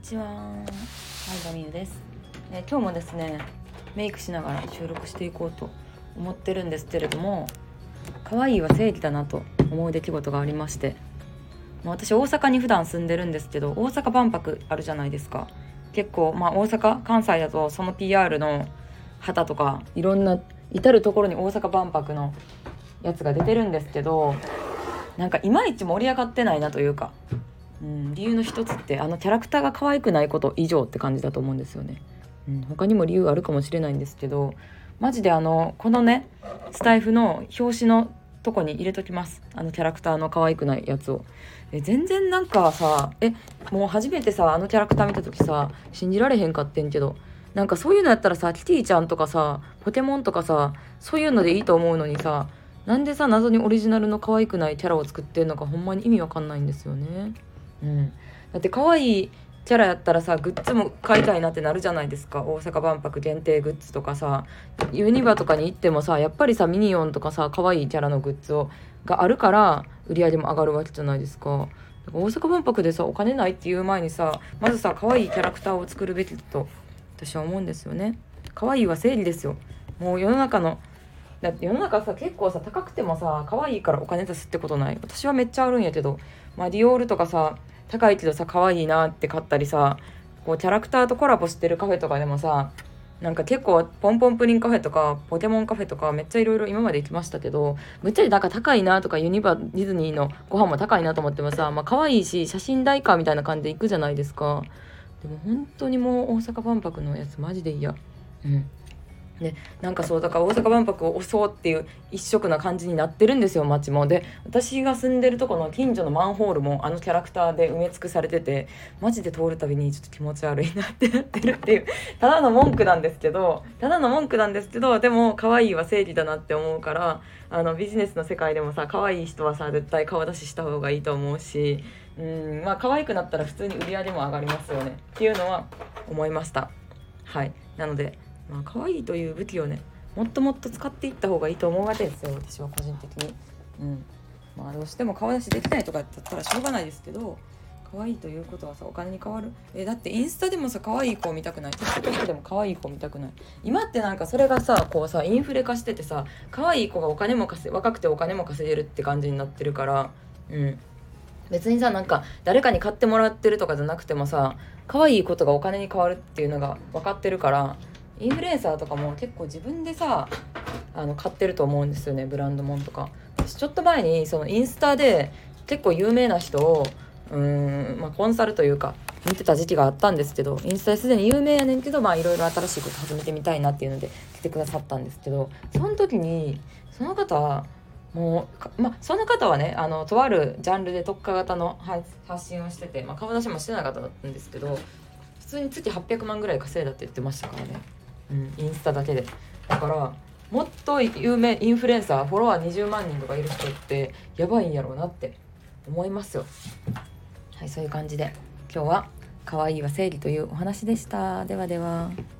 ちは。相田美優です。今日もですね、メイクしながら収録していこうと思ってるんですけれども、可愛いは正義だなと思う出来事がありまして、私大阪に普段住んでるんですけど、大阪万博あるじゃないですか。結構大阪関西だとその PR の旗とかいろんな至る所に大阪万博のやつが出てるんですけど、なんかいまいち盛り上がってないなというか、理由の一つってキャラクターが可愛くないこと以上って感じだと思うんですよね。他にも理由あるかもしれないんですけど、マジでこのねスタイフの表紙のとこに入れときます。キャラクターの可愛くないやつを。全然なんかさ、もう初めてさキャラクター見た時さ信じられへんかってんけど、なんかそういうのやったらさキティちゃんとかさポケモンとかさそういうのでいいと思うのにさ、なんでさ謎にオリジナルの可愛くないキャラを作ってんのかほんまに意味わかんないんですよね。だって可愛いキャラやったらさグッズも買いたいなってなるじゃないですか。大阪万博限定グッズとかさ、ユニバとかに行ってもさやっぱりさミニオンとかさ可愛いキャラのグッズがあるから売り上げも上がるわけじゃないですか。だから大阪万博でさお金ないっていう前にさまずさ可愛いキャラクターを作るべきだと私は思うんですよね。可愛いは正義ですよ。もうだって世の中さ結構さ高くてもさ可愛いからお金出すってことない？私はめっちゃあるんやけど、ディオールとかさ高いけどさ可愛いなって買ったりさ、こうキャラクターとコラボしてるカフェとかでもさ、なんか結構ポンポンプリンカフェとかポケモンカフェとかめっちゃいろいろ今まで行きましたけど、ぶっちゃけなんか高いなとかユニバディズニーのご飯も高いなと思ってもさ、可愛いし写真代かみたいな感じで行くじゃないですか。でも本当にもう大阪万博のやつマジで嫌。でなんかそうだから大阪万博を押そうっていう一色な感じになってるんですよ、街も。で私が住んでるとこの近所のマンホールもキャラクターで埋め尽くされてて、マジで通るたびにちょっと気持ち悪いなってなってるっていうただの文句なんですけどでも可愛いは正義だなって思うから、ビジネスの世界でもさ可愛い人はさ絶対顔出しした方がいいと思うし、可愛くなったら普通に売り上げも上がりますよねっていうのは思いました。はい、なので可愛いという武器をねもっともっと使っていった方がいいと思うわけですよ、私は個人的に。どうしても顔出しできないとかだったらしょうがないですけど、可愛いということはさお金に変わる。だってインスタでもさ可愛い子見たくない？ TikTok でも可愛い子見たくない？今ってなんかそれがさこうさインフレ化しててさ、可愛い子が若くてお金も稼げるって感じになってるから、別にさなんか誰かに買ってもらってるとかじゃなくてもさ可愛いことがお金に変わるっていうのが分かってるから、インフルエンサーとかも結構自分でさ買ってると思うんですよね、ブランド物とか。私ちょっと前にそのインスタで結構有名な人をコンサルというか見てた時期があったんですけど、インスタですでに有名やねんけどいろいろ新しいこと始めてみたいなっていうので来てくださったんですけど、その時にその方はその方はねとあるジャンルで特化型の発信をしてて、顔出しもしてなかったんですけど、普通に月800万ぐらい稼いだって言ってましたからね。インスタだけで。だからもっと有名インフルエンサーフォロワー20万人とかいる人ってやばいんやろうなって思いますよ。はい、そういう感じで今日は可愛いは正義というお話でした。ではでは。